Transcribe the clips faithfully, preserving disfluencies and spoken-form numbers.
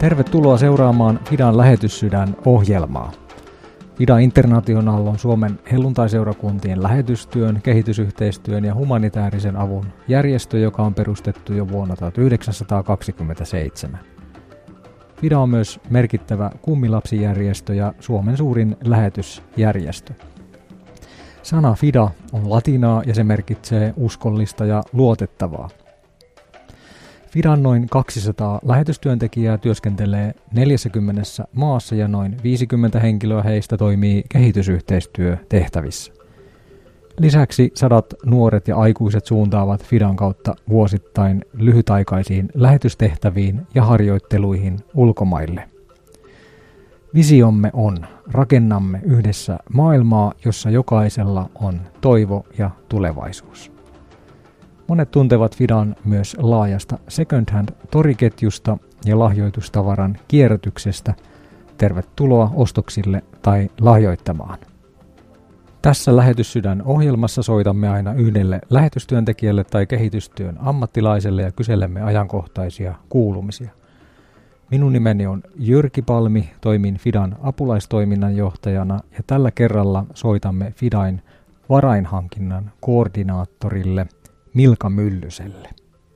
Tervetuloa seuraamaan Fidan Lähetyssydän-ohjelmaa. Fida International on Suomen helluntaiseurakuntien lähetystyön, kehitysyhteistyön ja humanitaarisen avun järjestö, joka on perustettu jo vuonna tuhatyhdeksänsataakaksikymmentäseitsemän. Fida on myös merkittävä kummilapsijärjestö ja Suomen suurin lähetysjärjestö. Sana Fida on latinaa ja se merkitsee uskollista ja luotettavaa. Fidan noin kaksisataa lähetystyöntekijää työskentelee neljässäkymmenessä maassa ja noin viisikymmentä henkilöä heistä toimii kehitysyhteistyötehtävissä. Lisäksi sadat nuoret ja aikuiset suuntaavat Fidan kautta vuosittain lyhytaikaisiin lähetystehtäviin ja harjoitteluihin ulkomaille. Visiomme on: rakennamme yhdessä maailmaa, jossa jokaisella on toivo ja tulevaisuus. Monet tuntevat Fidan myös laajasta second hand toriketjusta ja lahjoitustavaran kierrätyksestä. Tervetuloa ostoksille tai lahjoittamaan. Tässä Lähetyssydän-ohjelmassa soitamme aina yhdelle lähetystyöntekijälle tai kehitystyön ammattilaiselle ja kyselemme ajankohtaisia kuulumisia. Minun nimeni on Jyrki Palmi, toimin Fidan apulaistoiminnanjohtajana ja tällä kerralla soitamme Fidan varainhankinnan koordinaattorille Milka Myllyselle.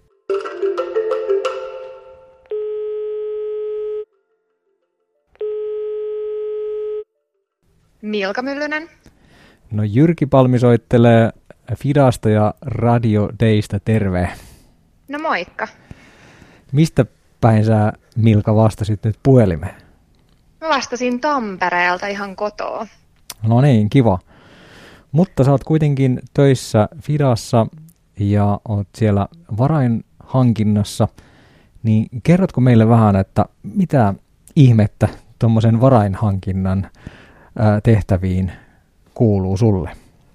Milka Myllynen. No Jyrki Palmi soittelee Fidasta ja Radio Daystä, terve. No moikka. Mistä päin sä, Milka, vastasit nyt puhelimeen? Mä vastasin Tampereelta ihan kotoa. No niin, kiva. Mutta sä oot kuitenkin töissä Fidassa ja oot siellä varainhankinnassa, niin kerrotko meille vähän, että mitä ihmettä tuommoisen varainhankinnan ää, tehtäviin kuuluu sulle?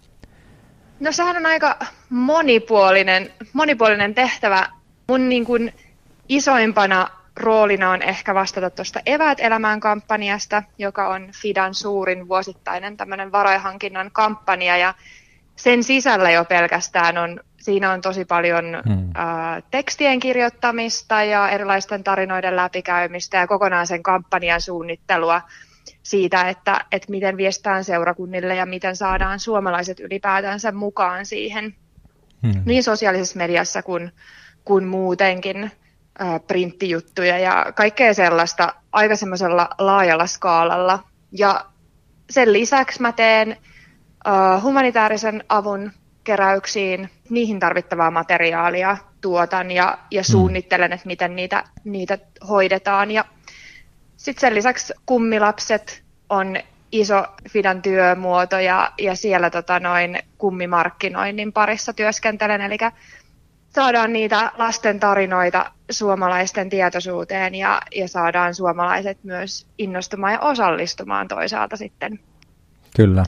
No sehän on aika monipuolinen, monipuolinen tehtävä. Mun niin kuin isoimpana roolina on ehkä vastata tuosta Eväät elämään -kampanjasta, joka on Fidan suurin vuosittainen tämmöinen varainhankinnan kampanja, ja sen sisällä jo pelkästään on, siinä on tosi paljon hmm. ää, tekstien kirjoittamista ja erilaisten tarinoiden läpikäymistä ja kokonaan sen kampanjan suunnittelua siitä, että, että miten viestään seurakunnille ja miten saadaan suomalaiset ylipäätänsä mukaan siihen hmm. niin sosiaalisessa mediassa kuin, kuin muutenkin. Printtijuttuja ja kaikkea sellaista aika semmoisella laajalla skaalalla. Ja sen lisäksi mä teen uh, humanitaarisen avun keräyksiin, niihin tarvittavaa materiaalia tuotan ja, ja suunnittelen, että miten niitä, niitä hoidetaan. Ja sitten sen lisäksi kummilapset on iso Fidan työmuoto ja, ja siellä tota noin kummimarkkinoinnin parissa työskentelen, eli saadaan niitä lasten tarinoita suomalaisten tietoisuuteen ja, ja saadaan suomalaiset myös innostumaan ja osallistumaan toisaalta sitten. Kyllä.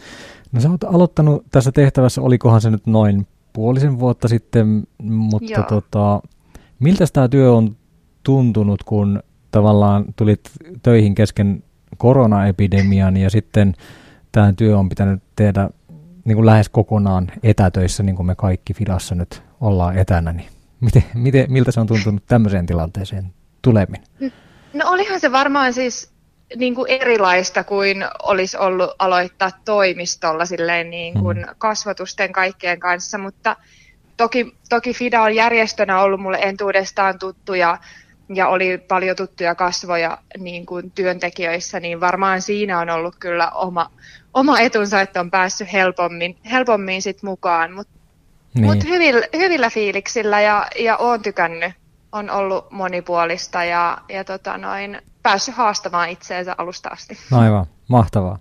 No sä oot aloittanut tässä tehtävässä, olikohan se nyt noin puolisen vuotta sitten, mutta tota, miltä tämä työ on tuntunut, kun tavallaan tulit töihin kesken koronaepidemian ja sitten tämä työ on pitänyt tehdä niin kuin lähes kokonaan etätöissä, niin kuin me kaikki Fidassa nyt ollaan etänä, niin miten, miten, miltä se on tuntunut tämmöiseen tilanteeseen tuleminen? No olihan se varmaan siis niin kuin erilaista kuin olisi ollut aloittaa toimistolla silleen niin kuin mm. kasvatusten kaikkien kanssa, mutta toki, toki Fida on järjestönä ollut mulle entuudestaan tuttu ja, ja oli paljon tuttuja kasvoja niin kuin työntekijöissä, niin varmaan siinä on ollut kyllä oma, oma etunsa, että on päässyt helpommin, helpommin sit mukaan, mutta Niin. Mutta hyvillä, hyvillä fiiliksillä ja, ja olen tykännyt. On ollut monipuolista ja, ja tota noin, päässyt haastamaan itseensä alusta asti. Aivan, mahtavaa.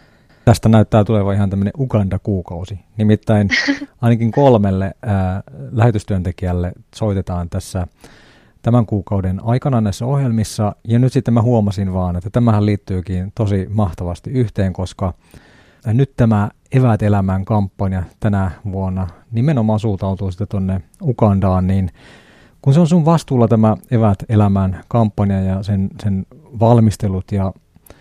Tästä näyttää tulevan ihan tämmöinen Uganda-kuukausi. Nimittäin ainakin kolmelle ää, lähetystyöntekijälle soitetaan tässä tämän kuukauden aikana näissä ohjelmissa. Ja nyt sitten mä huomasin vaan, että tämähän liittyykin tosi mahtavasti yhteen, koska nyt tämä Eväät elämään -kampanja tänä vuonna nimenomaan suuntautuu sitten tuonne Ugandaan, niin kun se on sun vastuulla tämä Eväät elämään -kampanja ja sen, sen valmistelut ja,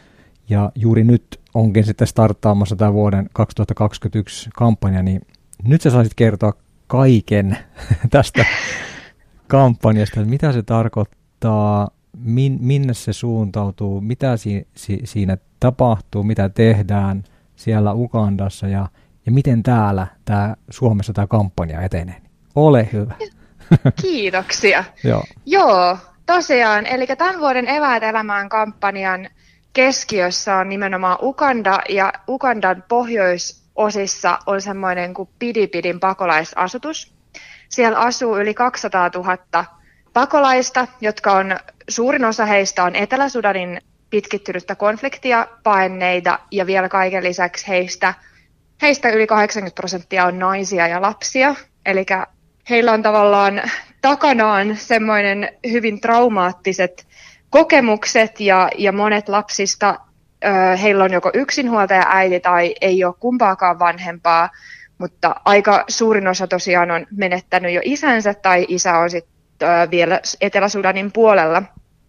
ja juuri nyt onkin sitten starttaamassa tämä vuoden kaksituhattakaksikymmentäyksi kampanja, niin nyt sä saisit kertoa kaiken tästä kampanjasta, mitä se tarkoittaa, min, minne se suuntautuu, mitä si, si, siinä tapahtuu, mitä tehdään siellä Ugandassa ja, ja miten täällä tää, Suomessa tämä kampanja etenee. Ole hyvä. Kiitoksia. Joo. Joo, tosiaan. Eli tämän vuoden Eväät elämään -kampanjan keskiössä on nimenomaan Uganda, ja Ugandan pohjoisosissa on semmoinen kuin Pidipidin pakolaisasutus. Siellä asuu yli kaksisataatuhatta pakolaista, jotka on, suurin osa heistä on Etelä-Sudanin pitkittynyttä konfliktia paenneita, ja vielä kaiken lisäksi heistä, heistä yli kahdeksankymmentä prosenttia on naisia ja lapsia. Eli heillä on tavallaan takanaan semmoinen hyvin traumaattiset kokemukset, ja, ja monet lapsista, ö, heillä on joko yksinhuoltaja äiti tai ei ole kumpaakaan vanhempaa, mutta aika suurin osa tosiaan on menettänyt jo isänsä tai isä on sitten vielä Etelä-Sudanin puolella.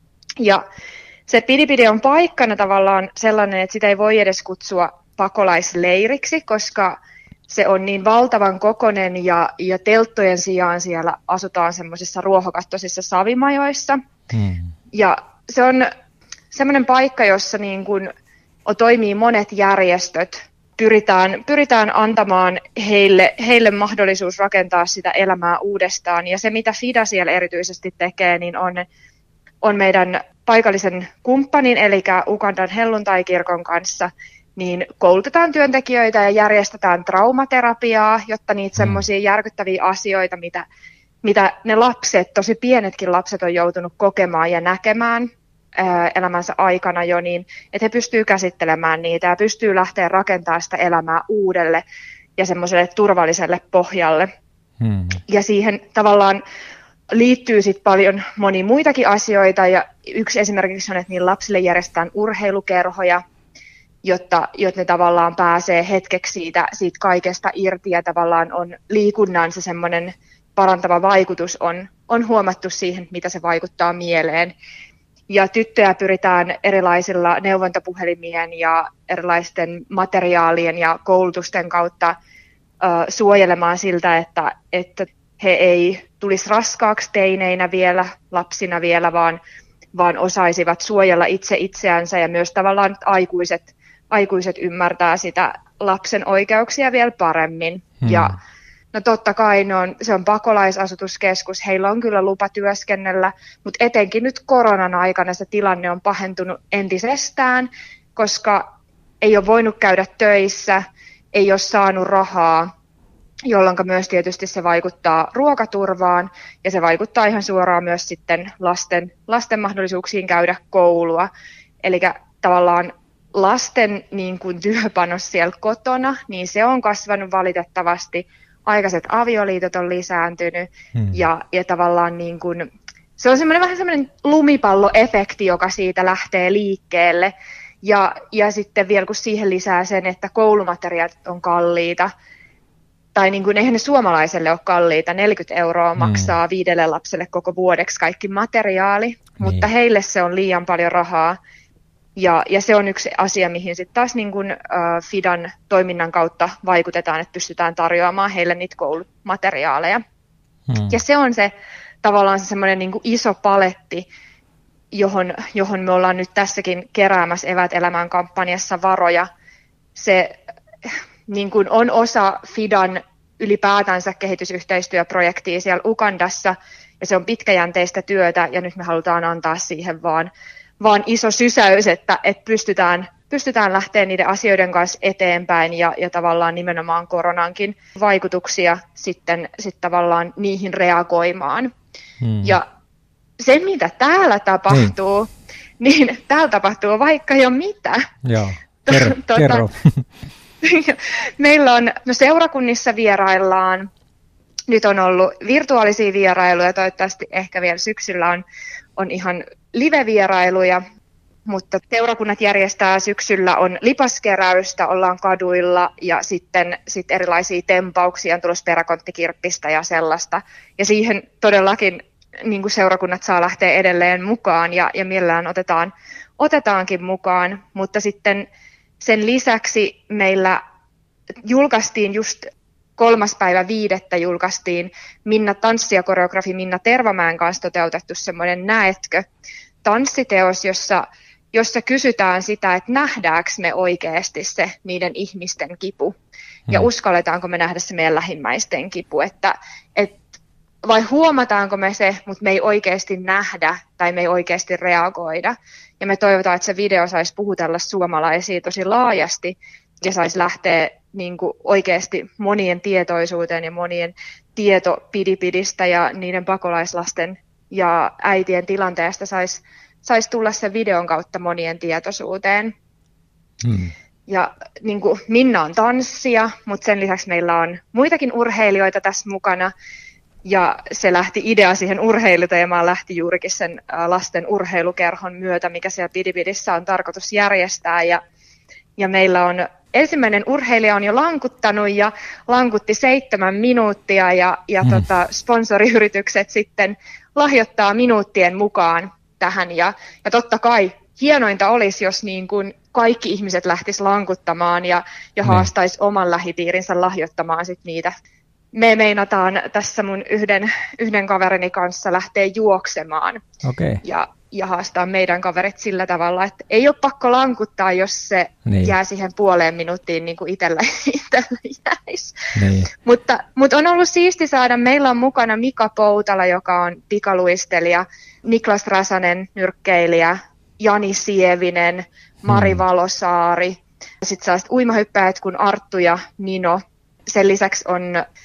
Ja se Pidipidi on paikkana tavallaan sellainen, että sitä ei voi edes kutsua pakolaisleiriksi, koska se on niin valtavan kokoinen, ja, ja telttojen sijaan siellä asutaan semmoisissa ruohokattoisissa savimajoissa. Hmm. Ja se on semmoinen paikka, jossa niin kuin toimii monet järjestöt. Pyritään, pyritään antamaan heille, heille mahdollisuus rakentaa sitä elämää uudestaan. Ja se, mitä FIDA siellä erityisesti tekee, niin on, on meidän paikallisen kumppanin, eli Ugandan helluntaikirkon kanssa, niin koulutetaan työntekijöitä ja järjestetään traumaterapiaa, jotta niitä semmoisia järkyttäviä asioita, mitä, mitä ne lapset, tosi pienetkin lapset on joutunut kokemaan ja näkemään ää, elämänsä aikana jo, niin että he pystyvät käsittelemään niitä ja pystyvät lähteä rakentamaan sitä elämää uudelle ja semmoiselle turvalliselle pohjalle. Hmm. Ja siihen tavallaan liittyy sitten paljon monia muitakin asioita, ja yksi esimerkiksi on, että niillä lapsille järjestetään urheilukerhoja, jotta, jotta ne tavallaan pääsee hetkeksi siitä, siitä kaikesta irti, ja tavallaan on liikunnan se semmoinen parantava vaikutus on, on huomattu siihen, mitä se vaikuttaa mieleen. Ja tyttöjä pyritään erilaisilla neuvontapuhelimien ja erilaisten materiaalien ja koulutusten kautta uh, suojelemaan siltä, että, että he ei tulisi raskaaksi teineinä vielä, lapsina vielä, vaan, vaan osaisivat suojella itse itseänsä, ja myös tavallaan aikuiset, aikuiset ymmärtää sitä lapsen oikeuksia vielä paremmin. Hmm. Ja no totta kai ne on, se on pakolaisasutuskeskus, heillä on kyllä lupa työskennellä, mutta etenkin nyt koronan aikana se tilanne on pahentunut entisestään, koska ei ole voinut käydä töissä, ei ole saanut rahaa, jolloin myös tietysti se vaikuttaa ruokaturvaan, ja se vaikuttaa ihan suoraan myös sitten lasten, lasten mahdollisuuksiin käydä koulua. Eli tavallaan lasten niin kuin työpanos siellä kotona, niin se on kasvanut valitettavasti. Aikaiset avioliitot on lisääntynyt, hmm. ja, ja tavallaan niin kuin, se on semmoinen vähän semmoinen lumipalloefekti, joka siitä lähtee liikkeelle. Ja, ja sitten vielä kun siihen lisää sen, että koulumateriaalit on kalliita, tai niin kuin, eihän ne suomalaiselle ole kalliita, neljäkymmentä euroa maksaa mm. viidelle lapselle koko vuodeksi kaikki materiaali, niin. Mutta heille se on liian paljon rahaa. Ja, ja se on yksi asia, mihin sitten taas niin kuin, uh, FIDAn toiminnan kautta vaikutetaan, että pystytään tarjoamaan heille niitä koulumateriaaleja. Mm. Ja se on se tavallaan se semmoinen niin kuin iso paletti, johon, johon me ollaan nyt tässäkin keräämässä Eväät elämään -kampanjassa varoja. Se niin kuin on osa FIDAn ylipäätänsä kehitysyhteistyöprojektia siellä Ugandassa, ja se on pitkäjänteistä työtä, ja nyt me halutaan antaa siihen vaan, vaan iso sysäys, että, että pystytään, pystytään lähteä niiden asioiden kanssa eteenpäin, ja, ja tavallaan nimenomaan koronankin vaikutuksia sitten, sitten tavallaan niihin reagoimaan. Hmm. Ja se, mitä täällä tapahtuu, niin, niin täällä tapahtuu vaikka jo mitä. Joo, kerro. tuota, kerro. Meillä on, no seurakunnissa vieraillaan, nyt on ollut virtuaalisia vierailuja, toivottavasti ehkä vielä syksyllä on, on ihan live-vierailuja, mutta seurakunnat järjestää syksyllä on lipaskeräystä, ollaan kaduilla, ja sitten sit erilaisia tempauksia on tulossa peräkonttikirppistä ja sellaista, ja siihen todellakin niin kuin seurakunnat saa lähteä edelleen mukaan, ja, ja mielellään otetaan, otetaankin mukaan, mutta sitten sen lisäksi meillä julkaistiin just kolmas päivä viidettä julkaistiin Minna tanssi- ja koreografi Minna Tervamäen kanssa toteutettu semmoinen Näetkö tanssiteos, jossa, jossa kysytään sitä, että nähdäänkö me oikeasti se niiden ihmisten kipu ja uskalletaanko me nähdä se meidän lähimmäisten kipu, että, että vai huomataanko me se, mutta me ei oikeasti nähdä tai me ei oikeasti reagoida. Ja me toivotaan, että se video saisi puhutella suomalaisia tosi laajasti ja saisi lähteä niin kuin oikeasti monien tietoisuuteen ja monien tietopidipidistä ja niiden pakolaislasten ja äitien tilanteesta saisi sais tulla sen videon kautta monien tietoisuuteen. Hmm. Ja niin kuin Minna on tanssija, mutta sen lisäksi meillä on muitakin urheilijoita tässä mukana. Ja se lähti, idea siihen urheiluteemaan lähti juurikin sen lasten urheilukerhon myötä, mikä siellä Pidipidissä on tarkoitus järjestää. Ja, ja meillä on ensimmäinen urheilija on jo lankuttanut ja lankutti seitsemän minuuttia ja, ja mm. tota, sponsoriyritykset sitten lahjoittaa minuuttien mukaan tähän. Ja, ja totta kai hienointa olisi, jos niin kuin kaikki ihmiset lähtis lankuttamaan ja, ja haastaisi oman lähipiirinsä lahjoittamaan sit niitä. Me meinataan tässä mun yhden, yhden kaverini kanssa lähteä juoksemaan okay. ja, ja haastaa meidän kaverit sillä tavalla, että ei ole pakko lankuttaa, jos se niin. jää siihen puoleen minuuttiin niin kuin itsellä, itsellä jäisi. Niin. Mutta, mutta on ollut siisti saada, meillä on mukana Mika Poutala, joka on pikaluistelija, Niklas Räsänen, nyrkkeilijä, Jani Sievinen, Mari hmm. Valosaari, sitten sellaiset uimahyppäjät kuin Arttu ja Nino. Sen lisäksi on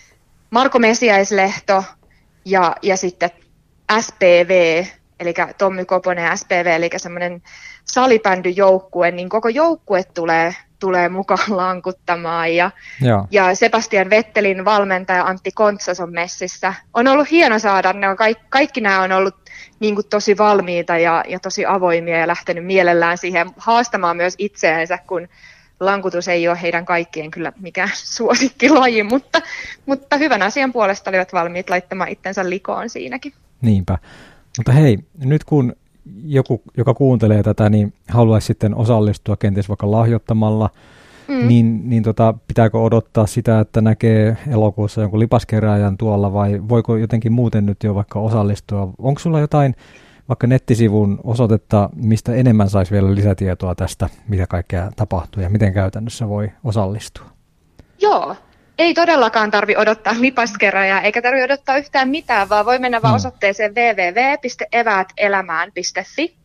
Marko Mesiäislehto ja, ja sitten S P V, eli Tommy Koponen S P V, eli semmoinen salibändyjoukkue, niin koko joukkue tulee, tulee mukaan lankuttamaan. Ja, ja Sebastian Vettelin valmentaja Antti Kontsas on messissä. On ollut hieno saada, ne on kaikki, kaikki nämä on ollut niin kuin tosi valmiita ja, ja tosi avoimia ja lähtenyt mielellään siihen haastamaan myös itseänsä, kun lankutus ei ole heidän kaikkien kyllä mikään suosikkilaji, mutta, mutta hyvän asian puolesta olivat valmiit laittamaan itsensä likoon siinäkin. Niinpä. Mutta hei, nyt kun joku, joka kuuntelee tätä, niin haluaisi sitten osallistua kenties vaikka lahjoittamalla, mm. niin, niin tota, pitääkö odottaa sitä, että näkee elokuussa jonkun lipaskerääjän tuolla, vai voiko jotenkin muuten nyt jo vaikka osallistua? Onko sulla jotain vaikka nettisivun osoitetta, mistä enemmän saisi vielä lisätietoa tästä, mitä kaikkea tapahtuu ja miten käytännössä voi osallistua? Joo, ei todellakaan tarvitse odottaa lipaskeräjää eikä tarvitse odottaa yhtään mitään, vaan voi mennä hmm. vaan osoitteeseen double-u double-u double-u piste eväät elämään piste fi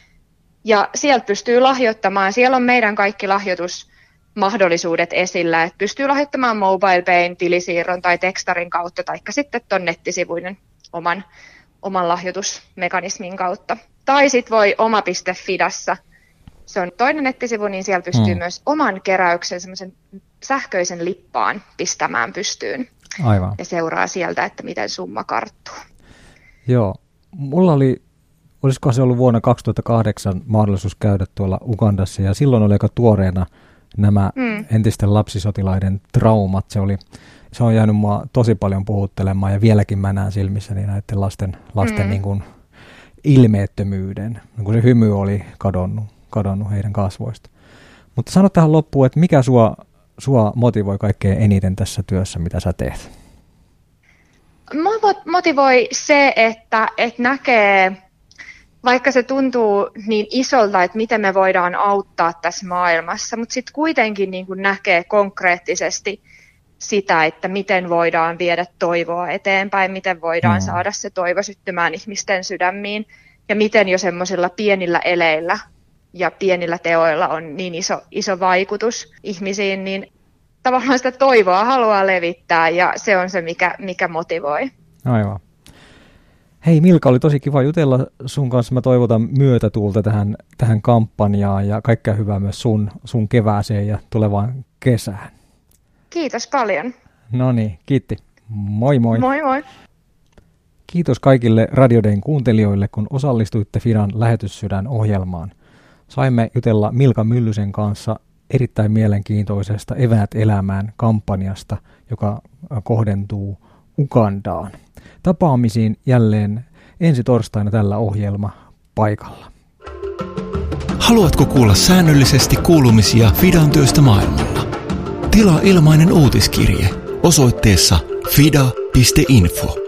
ja sieltä pystyy lahjoittamaan. Siellä on meidän kaikki lahjoitusmahdollisuudet esillä, että pystyy lahjoittamaan MobilePayn, tilisiirron tai tekstarin kautta tai sitten tuon nettisivuinen oman oman lahjoitusmekanismin kautta. Tai sitten voi oma piste fidassa, se on toinen nettisivu, niin siellä pystyy mm. myös oman keräyksen semmoisen sähköisen lippaan pistämään pystyyn. Aivan. Ja seuraa sieltä, että miten summa karttuu. Joo, mulla oli, olisiko se ollut vuonna kaksituhattakahdeksan mahdollisuus käydä tuolla Ugandassa, ja silloin oli aika tuoreena nämä mm. entisten lapsisotilaiden traumat. Se oli Se on jäänyt mua tosi paljon puhuttelemaan ja vieläkin mä näen silmissäni näiden lasten, lasten mm. niin kuin ilmeettömyyden. Niin kuin se hymy oli kadonnut, kadonnut heidän kasvoista. Mutta sano tähän loppuun, että mikä sua, sua motivoi kaikkein eniten tässä työssä, mitä sä teet? Mua motivoi se, että, että näkee, vaikka se tuntuu niin isolta, että miten me voidaan auttaa tässä maailmassa, mutta sitten kuitenkin niin kuin näkee konkreettisesti sitä, että miten voidaan viedä toivoa eteenpäin, miten voidaan mm. saada se toivo syttymään ihmisten sydämiin ja miten jo semmoisilla pienillä eleillä ja pienillä teoilla on niin iso, iso vaikutus ihmisiin, niin tavallaan sitä toivoa haluaa levittää ja se on se, mikä, mikä motivoi. Aivan. Hei Milka, oli tosi kiva jutella sun kanssa. Mä toivotan myötätuulta tähän, tähän kampanjaan ja kaikkea hyvää myös sun, sun kevääseen ja tulevaan kesään. Kiitos paljon. No niin, kiitti. Moi moi. Moi moi. Kiitos kaikille Radio Dayn kuuntelijoille, kun osallistuitte Fidan Lähetyssydän-ohjelmaan. Saimme jutella Milka Myllysen kanssa erittäin mielenkiintoisesta Eväät elämään -kampanjasta, joka kohdentuu Ugandaan. Tapaamisiin jälleen ensi torstaina tällä ohjelma paikalla. Haluatko kuulla säännöllisesti kuulumisia Fidan työstä maailmalla? Tilaa ilmainen uutiskirje osoitteessa fida piste info.